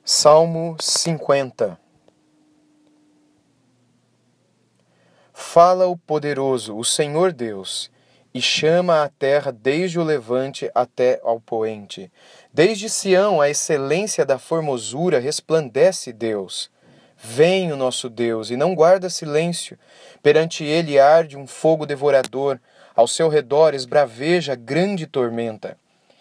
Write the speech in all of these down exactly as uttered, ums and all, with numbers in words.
Salmo cinquenta. Fala o poderoso, o Senhor Deus, e chama a terra desde o levante até ao poente. Desde Sião a excelência da formosura resplandece Deus. Vem o nosso Deus, e não guarda silêncio. Perante ele arde um fogo devorador, ao seu redor esbraveja grande tormenta.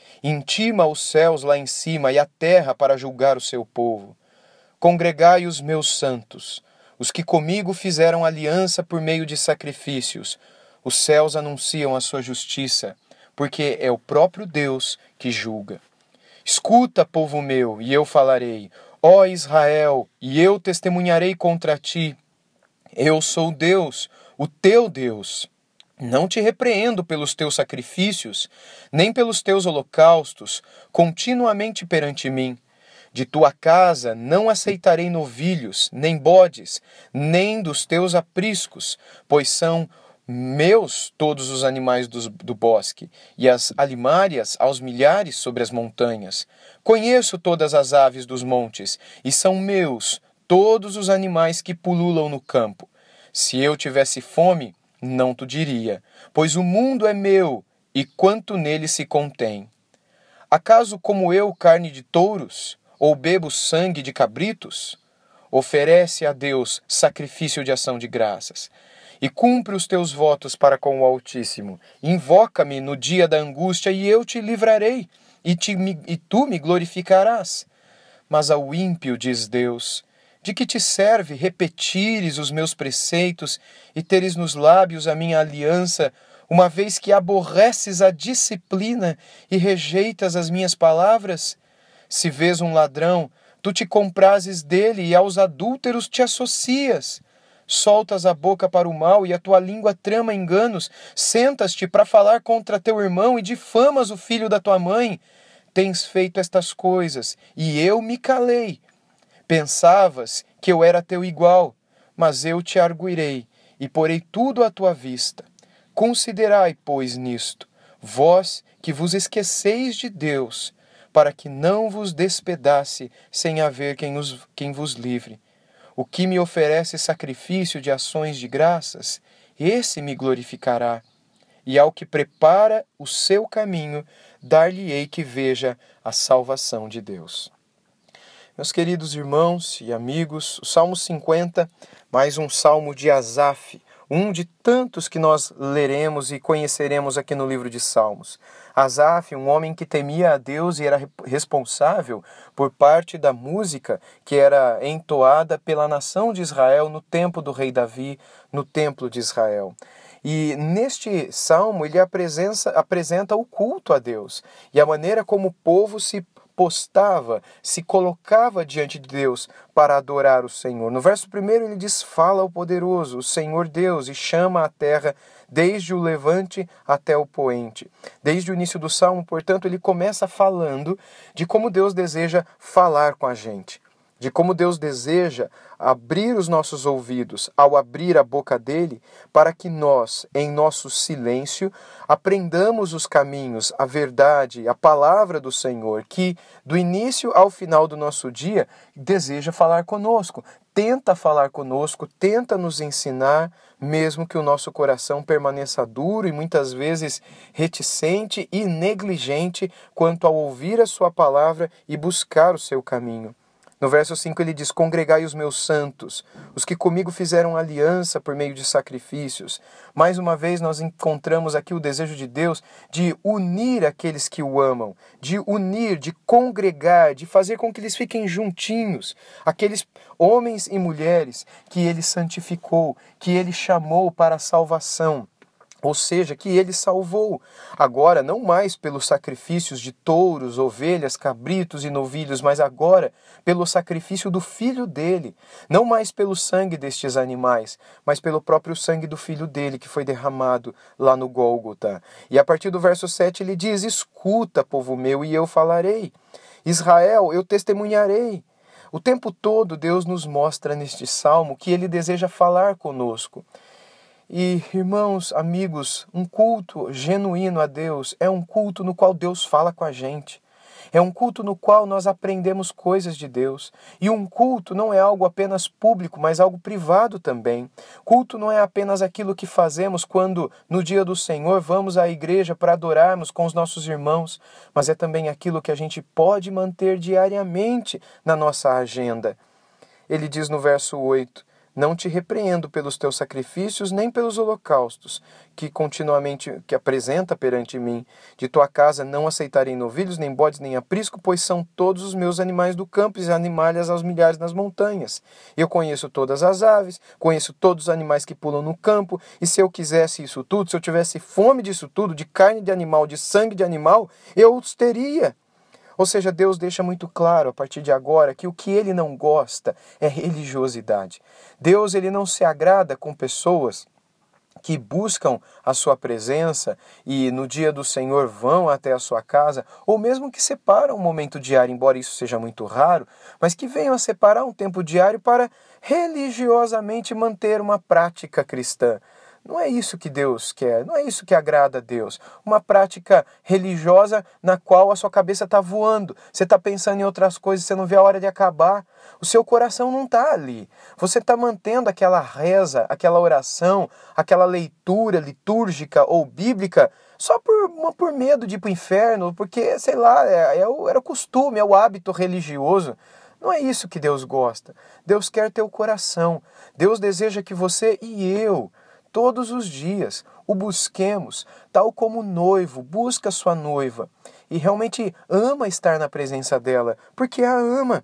Intima os céus lá em cima e a terra para julgar o seu povo. Congregai os meus santos, os que comigo fizeram aliança por meio de sacrifícios. Os céus anunciam a sua justiça, porque é o próprio Deus que julga. Escuta, povo meu, e eu falarei. Ó Israel, e eu testemunharei contra ti. Eu sou Deus, o teu Deus. Não te repreendo pelos teus sacrifícios, nem pelos teus holocaustos, continuamente perante mim. De tua casa não aceitarei novilhos, nem bodes, nem dos teus apriscos, pois são meus todos os animais do, do bosque, e as alimárias aos milhares sobre as montanhas. Conheço todas as aves dos montes, e são meus todos os animais que pululam no campo. Se eu tivesse fome, não te diria, pois o mundo é meu, e quanto nele se contém. Acaso como eu carne de touros, ou bebo sangue de cabritos? Oferece a Deus sacrifício de ação de graças, e cumpre os teus votos para com o Altíssimo. Invoca-me no dia da angústia, e eu te livrarei, e, te, e tu me glorificarás. Mas ao ímpio, diz Deus, de que te serve repetires os meus preceitos e teres nos lábios a minha aliança, uma vez que aborreces a disciplina e rejeitas as minhas palavras? Se vês um ladrão, tu te comprases dele e aos adúlteros te associas. Soltas a boca para o mal e a tua língua trama enganos. Sentas-te para falar contra teu irmão e difamas o filho da tua mãe. Tens feito estas coisas, e eu me calei. Pensavas que eu era teu igual, mas eu te arguirei e porei tudo à tua vista. Considerai, pois, nisto, vós que vos esqueceis de Deus, para que não vos despedace sem haver quem, os, quem vos livre. O que me oferece sacrifício de ações de graças, esse me glorificará. E ao que prepara o seu caminho, dar-lhe-ei que veja a salvação de Deus. Meus queridos irmãos e amigos, o Salmo cinquenta, mais um salmo de Asaf, um de tantos que nós leremos e conheceremos aqui no livro de Salmos. Asaf, um homem que temia a Deus e era responsável por parte da música que era entoada pela nação de Israel no tempo do rei Davi, no templo de Israel. E neste salmo ele apresenta, apresenta o culto a Deus e a maneira como o povo se postava, se colocava diante de Deus para adorar o Senhor. No verso primeiro ele diz, fala o poderoso, o Senhor Deus, e chama a terra desde o levante até o poente. Desde o início do salmo, portanto, ele começa falando de como Deus deseja falar com a gente, de como Deus deseja abrir os nossos ouvidos ao abrir a boca dele, para que nós, em nosso silêncio, aprendamos os caminhos, a verdade, a palavra do Senhor, que do início ao final do nosso dia deseja falar conosco, tenta falar conosco, tenta nos ensinar, mesmo que o nosso coração permaneça duro e muitas vezes reticente e negligente quanto ao ouvir a sua palavra e buscar o seu caminho. No verso cinco ele diz, congregai os meus santos, os que comigo fizeram aliança por meio de sacrifícios. Mais uma vez nós encontramos aqui o desejo de Deus de unir aqueles que o amam, de unir, de congregar, de fazer com que eles fiquem juntinhos, aqueles homens e mulheres que ele santificou, que ele chamou para a salvação. Ou seja, que ele salvou, agora não mais pelos sacrifícios de touros, ovelhas, cabritos e novilhos, mas agora pelo sacrifício do Filho dele, não mais pelo sangue destes animais, mas pelo próprio sangue do Filho dele que foi derramado lá no Gólgota. E a partir do verso sete ele diz, escuta, povo meu, e eu falarei. Israel, eu testemunharei. O tempo todo Deus nos mostra neste salmo que ele deseja falar conosco. E, irmãos, amigos, um culto genuíno a Deus é um culto no qual Deus fala com a gente. É um culto no qual nós aprendemos coisas de Deus. E um culto não é algo apenas público, mas algo privado também. Culto não é apenas aquilo que fazemos quando, no dia do Senhor, vamos à igreja para adorarmos com os nossos irmãos, mas é também aquilo que a gente pode manter diariamente na nossa agenda. Ele diz no verso oito, não te repreendo pelos teus sacrifícios, nem pelos holocaustos, que continuamente que apresenta perante mim. De tua casa não aceitarei novilhos, nem bodes, nem aprisco, pois são todos os meus animais do campo, e animalhas aos milhares nas montanhas. Eu conheço todas as aves, conheço todos os animais que pulam no campo, e se eu quisesse isso tudo, se eu tivesse fome disso tudo, de carne de animal, de sangue de animal, eu os teria. Ou seja, Deus deixa muito claro a partir de agora que o que ele não gosta é religiosidade. Deus ele não se agrada com pessoas que buscam a sua presença e no dia do Senhor vão até a sua casa, ou mesmo que separam um momento diário, embora isso seja muito raro, mas que venham a separar um tempo diário para religiosamente manter uma prática cristã. Não é isso que Deus quer, não é isso que agrada a Deus. Uma prática religiosa na qual a sua cabeça está voando. Você está pensando em outras coisas, você não vê a hora de acabar. O seu coração não está ali. Você está mantendo aquela reza, aquela oração, aquela leitura litúrgica ou bíblica só por, por medo de ir para o inferno, porque, sei lá, é, é o, era o costume, é o hábito religioso. Não é isso que Deus gosta. Deus quer teu coração. Deus deseja que você e eu, todos os dias, o busquemos, tal como o noivo busca sua noiva e realmente ama estar na presença dela, porque a ama.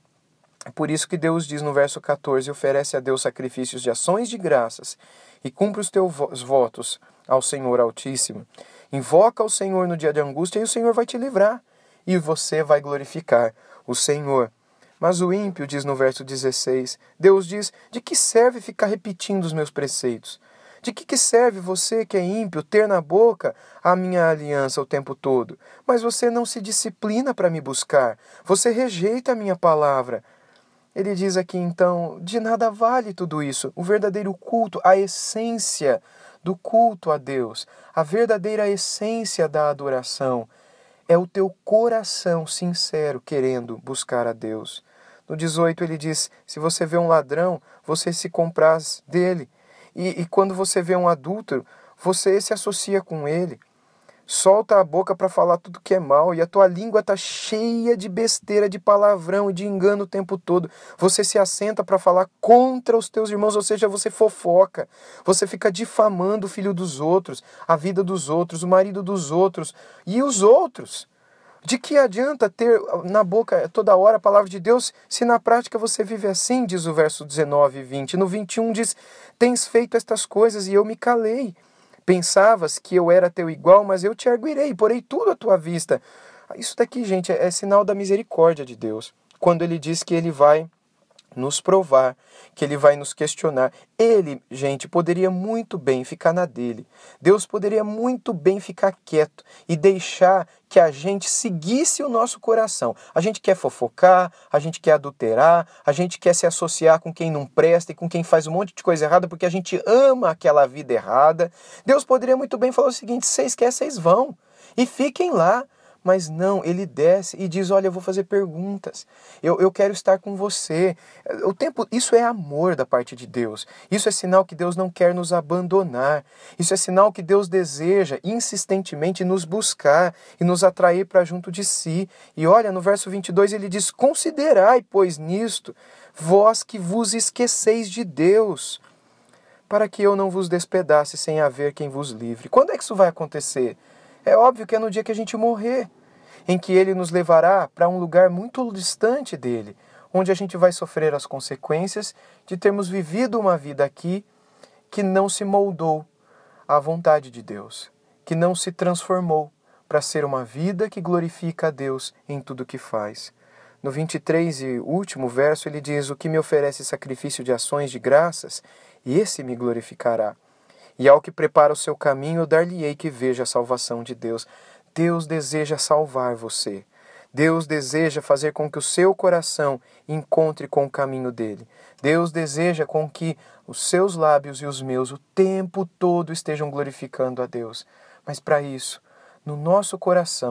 É por isso que Deus diz no verso catorze, oferece a Deus sacrifícios de ações de graças e cumpre os teus votos ao Senhor Altíssimo. Invoca o Senhor no dia de angústia e o Senhor vai te livrar e você vai glorificar o Senhor. Mas o ímpio diz no verso dezesseis, Deus diz, de que serve ficar repetindo os meus preceitos? De que, que serve você que é ímpio ter na boca a minha aliança o tempo todo? Mas você não se disciplina para me buscar. Você rejeita a minha palavra. Ele diz aqui então, de nada vale tudo isso. O verdadeiro culto, a essência do culto a Deus, a verdadeira essência da adoração, é o teu coração sincero querendo buscar a Deus. No dezoito ele diz, se você vê um ladrão, você se compraz dele. E, e quando você vê um adúltero, você se associa com ele. Solta a boca para falar tudo que é mal e a tua língua está cheia de besteira, de palavrão e de engano o tempo todo. Você se assenta para falar contra os teus irmãos, ou seja, você fofoca. Você fica difamando o filho dos outros, a vida dos outros, o marido dos outros e os outros. De que adianta ter na boca toda hora a palavra de Deus, se na prática você vive assim, diz o verso dezenove e vinte. No vinte e um diz, tens feito estas coisas e eu me calei. Pensavas que eu era teu igual, mas eu te arguirei, porei tudo à tua vista. Isso daqui, gente, é, é sinal da misericórdia de Deus. Quando ele diz que ele vai nos provar, que ele vai nos questionar. Ele, gente, poderia muito bem ficar na dele. Deus poderia muito bem ficar quieto e deixar que a gente seguisse o nosso coração. A gente quer fofocar, a gente quer adulterar, a gente quer se associar com quem não presta e com quem faz um monte de coisa errada porque a gente ama aquela vida errada. Deus poderia muito bem falar o seguinte, vocês querem, vocês vão e fiquem lá. Mas não, ele desce e diz, olha, eu vou fazer perguntas, eu, eu quero estar com você. O tempo, isso é amor da parte de Deus, isso é sinal que Deus não quer nos abandonar, isso é sinal que Deus deseja insistentemente nos buscar e nos atrair para junto de si. E olha, no verso vinte e dois ele diz, considerai, pois nisto, vós que vos esqueceis de Deus, para que eu não vos despedace sem haver quem vos livre. Quando é que isso vai acontecer? É óbvio que é no dia que a gente morrer, em que ele nos levará para um lugar muito distante dele, onde a gente vai sofrer as consequências de termos vivido uma vida aqui que não se moldou à vontade de Deus, que não se transformou para ser uma vida que glorifica a Deus em tudo que faz. No vinte e três e último verso ele diz, o que me oferece sacrifício de ações de graças, esse me glorificará. E ao que prepara o seu caminho, eu dar-lhe-ei que veja a salvação de Deus. Deus deseja salvar você. Deus deseja fazer com que o seu coração encontre com o caminho dele. Deus deseja com que os seus lábios e os meus o tempo todo estejam glorificando a Deus. Mas para isso, no nosso coração,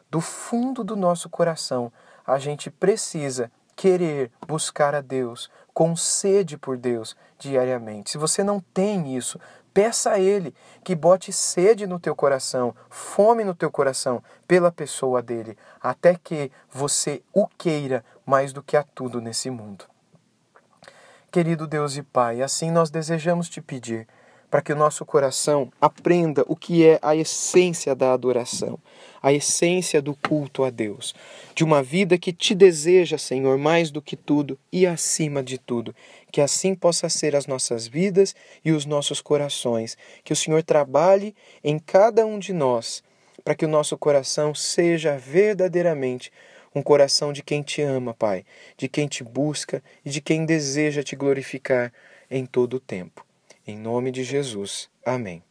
do fundo do nosso coração, a gente precisa querer buscar a Deus, com sede por Deus diariamente. Se você não tem isso, peça a Ele que bote sede no teu coração, fome no teu coração pela pessoa dele, até que você o queira mais do que a tudo nesse mundo. Querido Deus e Pai, assim nós desejamos te pedir para que o nosso coração aprenda o que é a essência da adoração, a essência do culto a Deus, de uma vida que te deseja, Senhor, mais do que tudo e acima de tudo. Que assim possa ser as nossas vidas e os nossos corações. Que o Senhor trabalhe em cada um de nós, para que o nosso coração seja verdadeiramente um coração de quem te ama, Pai, de quem te busca e de quem deseja te glorificar em todo o tempo. Em nome de Jesus. Amém.